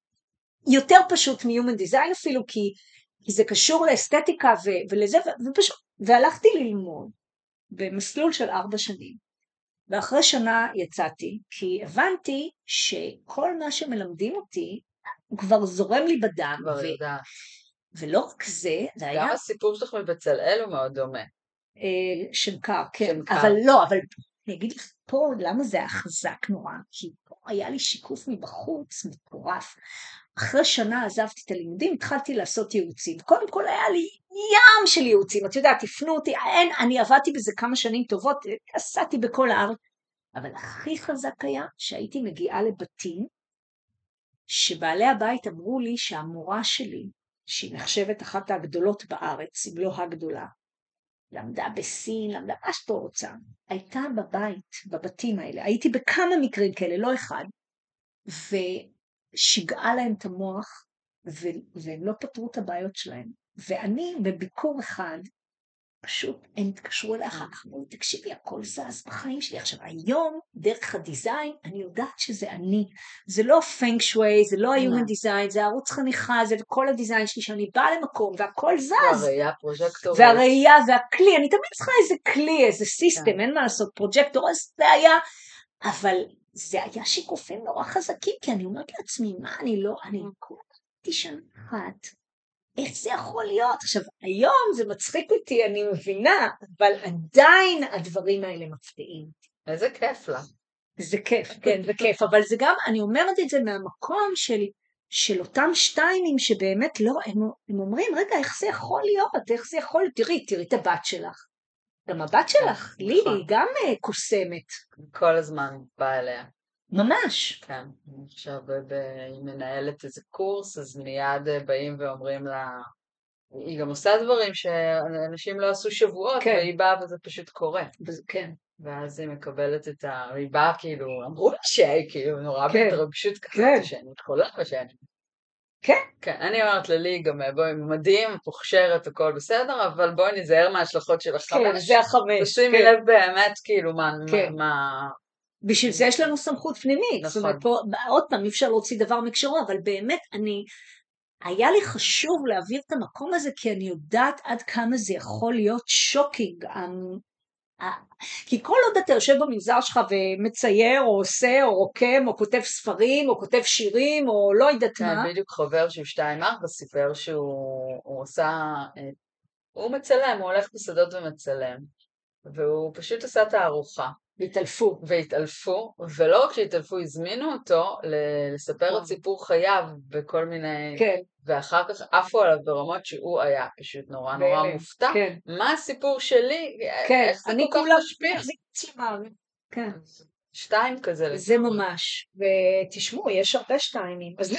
יותר פשוט מ-Human Design אפילו, כי, כי זה קשור לאסתטיקה ו- ולזה, ו- ופשוט, והלכתי ללמוד במסלול של ארבע שנים, ואחרי שנה יצאתי, כי הבנתי שכל מה שמלמדים אותי, הוא כבר זורם לי בדם, כבר ו... יודעת. ולא רק זה, זה היה... גם הסיפור שלך מבצלאל הוא מאוד דומה. אה, שנקר, כן. שנקר. אבל לא, אבל אני אגיד לך פה למה זה היה חזק נורא, כי פה היה לי שיקוף מבחוץ מטורף. אחרי שנה עזבתי את הלימודים, התחלתי לעשות ייעוצים. קודם כל היה לי ים של ייעוצים, את יודעת, תפנו אותי, אין, אני עבדתי בזה כמה שנים טובות, עשיתי בכל הארץ, אבל הכי חזק היה שהייתי מגיעה לבתים, שבעלי הבית אמרו לי שהמורה שלי, שהיא נחשבת אחת הגדולות בארץ, אם לא הגדולה, למדה בסין, למדה מה שאתה רוצה, הייתה בבית, בבתים האלה, הייתי בכמה מקרים כאלה, לא אחד, ושיגעה להם את המוח, והם לא פתרו את הבעיות שלהם. ואני בביקור אחד, פשוט הם התקשרו אליי אחר כך, אמרו, תקשיבי, הכל זז בחיים שלי. עכשיו, היום, דרך הדיזיין, אני יודעת שזה אני. זה לא פנג שווי, זה לא ה-human design, זה ערוץ חניכה, זה כל הדיזיין שלי, שאני באה למקום, והכל זז. והראייה פרוג'קטורית. והראייה והכלי, אני תמיד צריכה איזה כלי, איזה סיסטם, אין מה לעשות, פרוג'קטור, אז זה היה, אבל זה היה שיקופים נורא חזקים, כי אני אומרת לעצמי, מה, אני לא, אני קוראתי שנה אחת. איך זה יכול להיות? עכשיו, היום זה מצחיק אותי, אני מבינה, אבל עדיין הדברים האלה מפתיעים. איזה כיף לה. זה כיף, כן, זה כיף, אבל זה גם, אני אומרת את זה מהמקום של, של אותם שתיימים שבאמת לא, הם, הם אומרים, רגע, איך זה יכול להיות? איך זה יכול להיות? תראי, תראי את הבת שלך. גם הבת שלך, לילי, היא גם קוסמת. כל הזמן באה אליה. ממש. כן, עכשיו היא מנהלת איזה קורס, אז מיד באים ואומרים לה, היא גם עושה דברים שאנשים לא עשו שבועות, כן. והיא באה וזה פשוט קורה. כן. ואז היא מקבלת את ה... היא באה כאילו, אמרו לה שהיא כאילו נורא כן. בהתרגשות כזאת, כן. שאני מתחולה ושאני... כן. כן, אני אומרת ללי גם, בואי, מדהים, פוכשרת, הכל בסדר, אבל בואי נזהר מההשלכות של החמש. כן, זה החמש. תשימי כן. לב באמת, כאילו, מה... כן. מה... בשביל זה יש לנו סמכות פנימית. נכון. זאת אומרת, פה, עוד פעם, אי אפשר להוציא דבר מקשרו, אבל באמת אני... היה לי חשוב להעביר את המקום הזה, כי אני יודעת עד כמה זה יכול להיות שוקינג. כי כל עוד אתה יושב במנזר שלך ומצייר או עושה או רוקם או כותב ספרים או כותב שירים או לא יודעת כן, מה. בדיוק חבר שהוא שתיים ארבע סיפר שהוא עושה, הוא מצלם, הוא הולך בשדות ומצלם, והוא פשוט עשה את הארוחה. והתעלפו. והתעלפו, ולא רק שהתעלפו, הזמינו אותו לספר את סיפור חייו בכל מיני... כן. ואחר כך עפו עליו ברמות שהוא היה פשוט נורא נורא מופתע. כן. מה הסיפור שלי? כן. איך זה אני כל כך כולה משפיע? כן. שתיים כזה. זה ממש. ותשמעו, יש הרבה שתיימים. אז,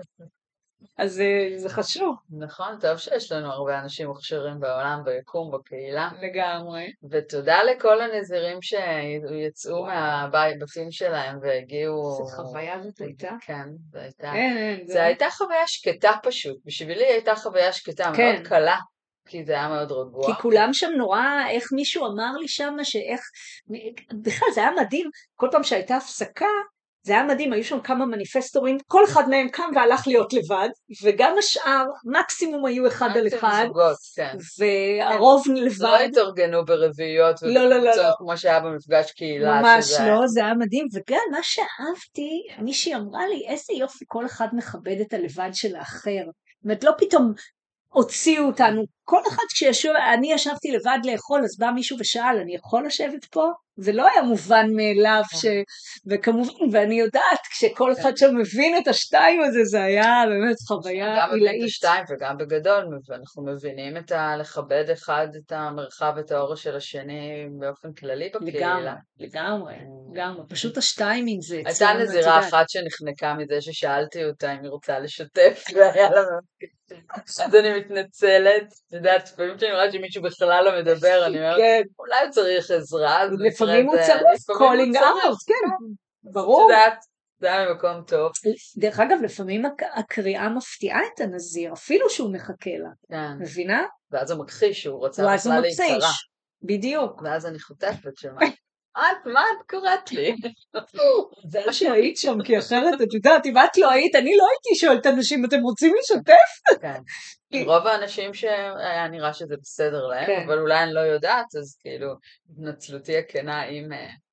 אז זה, זה חשוב. נכון, טוב שיש לנו הרבה אנשים מוכשרים בעולם, ביקום, בקהילה. לגמרי. ותודה לכל הנזירים שיצאו מהבתים שלהם והגיעו... איזה חוויה זאת הייתה? כן, זה הייתה... אין, אין. זה הייתה חוויה שקטה פשוט. בשבילי הייתה חוויה שקטה, כן. מאוד קלה, כי זה היה מאוד רגוע. כי כולם שם נורא, איך מישהו אמר לי שם, שאיך... בכלל זה היה מדהים, כל פעם שהייתה הפסקה, זה היה מדהים, היו שם כמה מניפסטורים, כל אחד מהם קם והלך להיות לבד, וגם השאר, מקסימום היו אחד על אחד, מקסימום זוגות, כן. והרוב לבד. לא התארגנו ברביעיות, לא, לא, לא, לא. כמו שהיה במפגש קהילה. ממש לא, זה היה מדהים, וגם מה שאהבתי, מישהי אמרה לי, איזה יופי, כל אחד מכבד את הלבד של האחר. זאת אומרת, לא פתאום הוציאו אותנו, כל אחד כשישוב, אני ישבתי לבד לאכול, אז בא מישהו ושאל, אני יכול לשבת פה? זה לא היה מובן מאליו, ש... וכמובן, ואני יודעת, כשכל אחד שם מבין את השתיים הזה, זה היה באמת חוויה גם עילאית. בגלל השתיים וגם בגדול, ואנחנו מבינים את ה... לכבד אחד את המרחב, את האור של השני, באופן כללי בקהילה. לגמרי, לגמרי, לגמרי. פשוט השתיימינג זה... הייתה נזירה אחת שנחנקה מזה ששאלתי אותה אם היא רוצה לשתף, והיה לה... אז אני מתנצלת, את יודעת, לפעמים שאני רואה שמישהו בכלל לא מדבר, אני אומרת, אולי הוא צריך עזרה, לפעמים הוא צריך קולינג אאוט, כן, ברור. את יודעת, זה היה ממקום טוב. דרך אגב, לפעמים הקריאה מפתיעה את הנזיר, אפילו שהוא מחכה לה, מבינה? ואז הוא מכחיש, שהוא רוצה בכלל להיקרא. בדיוק. ואז אני חוטפת שמה. את, מה את קוראת לי? זה לא שהיית שם, כי אחרת, את יודעת, אם את לא היית, אני לא הייתי שואלת אנשים, אתם רוצים לשתף? כן. רוב האנשים שהיה נראה שזה בסדר להם, אבל אולי אני לא יודעת, אז כאילו, התנצלותי הכנה עם...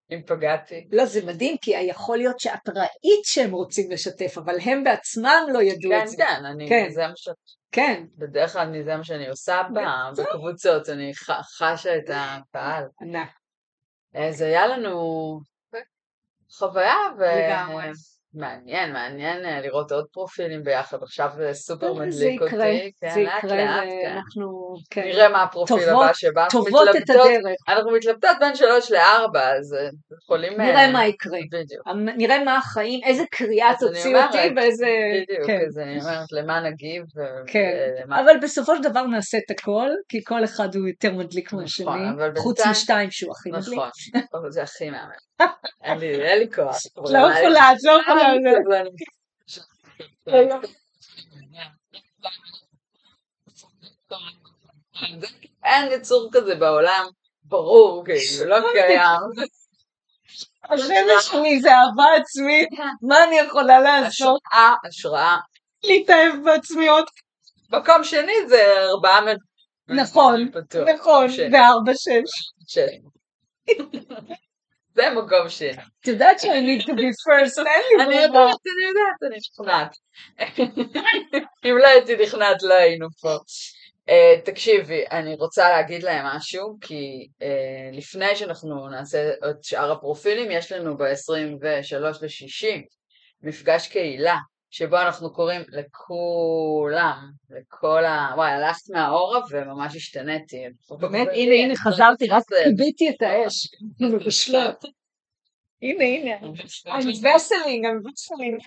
אם פגעתי. לא, זה מדהים, כי יכול להיות שאת ראית שהם רוצים לשתף, אבל הם בעצמם לא ידעו כן, את זה. כן, אני, כן. זה מה ש... כן. בדרך כלל אני- זה מה שאני עושה בה, זהו. בקבוצות, אני ח- חשה את הקהל. ענק. אז היה לנו חוויה, לגמרי. ומעניין, מעניין אה, לראות עוד פרופילים ביחד, עכשיו זה סופר זה מדליק יקרה, אותי, זה כן, לאט יקרה, לאט, כן. ואנחנו, כן. נראה מה הפרופיל טובות- הבא שבא, אנחנו טובות את מתלבטות, הדרך. אנחנו מתלבטות בין שלוש לארבע, אז אה, יכולים... נראה אה, מה יקרה. בדיוק. המ- נראה מה החיים, איזה קריאה אז אני תוציא אותי, אומרת, ואיזה... בדיוק, כן. אז אני אומרת, למה נגיב, ו- כן, ולמה... אבל בסופו של דבר נעשה את הכל, כי כל אחד הוא יותר מדליק נכון, מהשני, אבל חוץ בינתיים- משתיים שהוא הכי מדליק. נכון, אבל זה הכי מהמם. אין לי, אין לי כוח. לא יכולה, את לא יכולה. אין יצור כזה בעולם, ברור, כאילו, לא קיים. השם שלי זה אהבה עצמית, מה אני יכולה לעשות? השראה, השראה. להתאהב בעצמי עוד. מקום שני זה ארבעה מד... נכון, פתוח. נכון, שני. וארבע שש. שני. זה מקום שני. את יודעת ש- I need to be first, אין לי אני ברירה. יודעת, אני יודעת, אני נכנעת. אם לא הייתי נכנעת, לא היינו פה. Uh, תקשיבי, אני רוצה להגיד להם משהו, כי uh, לפני שאנחנו נעשה את שאר הפרופילים, יש לנו ב-עשרים ושלושה לשישי מפגש קהילה, שבו אנחנו קוראים לכולם, לכל ה... וואי, הלכת מהאורה וממש השתניתי. באמת, הנה, הנה, חזרתי, רק קיביתי את האש. בשלט. הנה, הנה. I'm vesseling, I'm vesseling.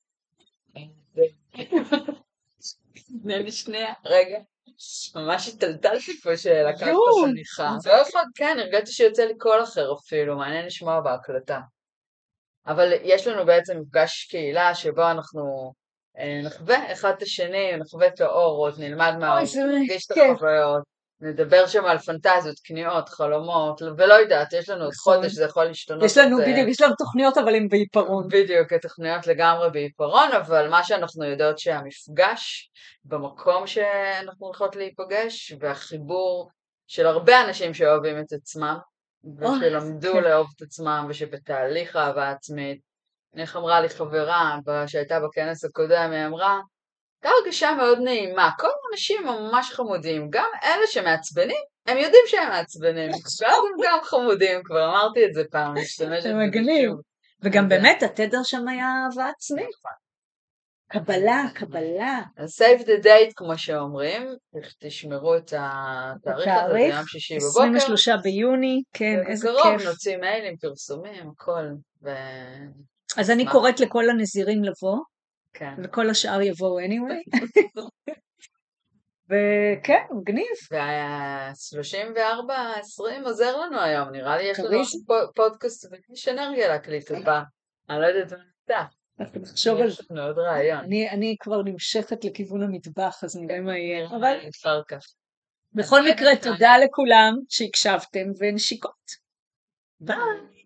תני לי שנייה, רגע. ממש הטלטלתי פה שלקחת יואו. את החניכה. לא יכול, כן, הרגעתי שיוצא לי קול אחר אפילו, מעניין לשמוע בהקלטה. אבל יש לנו בעצם מפגש קהילה שבו אנחנו אה, נחווה אחד את השני, נחווה את האורות, נלמד מה אוי, זה נרגיש את כיף. החוויות, נדבר שם על פנטזיות, קניות, חלומות, ולא יודעת, יש לנו עוד נכון. חודש, זה יכול להשתנות. יש לנו, את, אה, בדיוק, יש לנו תוכניות, אבל הן בעיפרון. בדיוק, התוכניות לגמרי בעיפרון, אבל מה שאנחנו יודעות שהמפגש במקום שאנחנו הולכות להיפגש, והחיבור של הרבה אנשים שאוהבים את עצמם, ושלמדו כן. לאהוב את עצמם, ושבתהליך אהבה עצמית. איך אמרה לי חברה שהייתה בכנס הקודם, היא אמרה, הייתה הרגשה מאוד נעימה, כל האנשים ממש חמודים, גם אלה שמעצבנים, הם יודעים שהם מעצבנים, ואז הם גם חמודים, כבר אמרתי את זה פעם, משתמשת זה בזה מגניב. שוב. וגם אז, באמת, התדר שם היה אהבה עצמית. קבלה, קבלה. אז save the date כמו שאומרים, תשמרו את התאריך הזה, זה תאריך, יום שישי עשרים בבוקר, ושלושה ביוני, כן, איזה ובקרוב כיף. נוציא מיילים, פרסומים, הכל, אז אני נשמח. קוראת לכל הנזירים לבוא, כן. וכל השאר יבואו anyway. וכן, מגניב. וה-שלושים וארבע עשרים עוזר לנו היום, נראה לי יש לנו כריז. פו- פודקאסט ויש אנרגיה להקליט הבא. אני לא יודעת מה נמצא. אנחנו נחשוב על יש זה. לנו עוד רעיון. אני, אני כבר נמשכת לכיוון המטבח, אז נראה מה יהיה. אבל אחר כך. בכל מקרה, תודה לכולם שהקשבתם ונשיקות. ביי.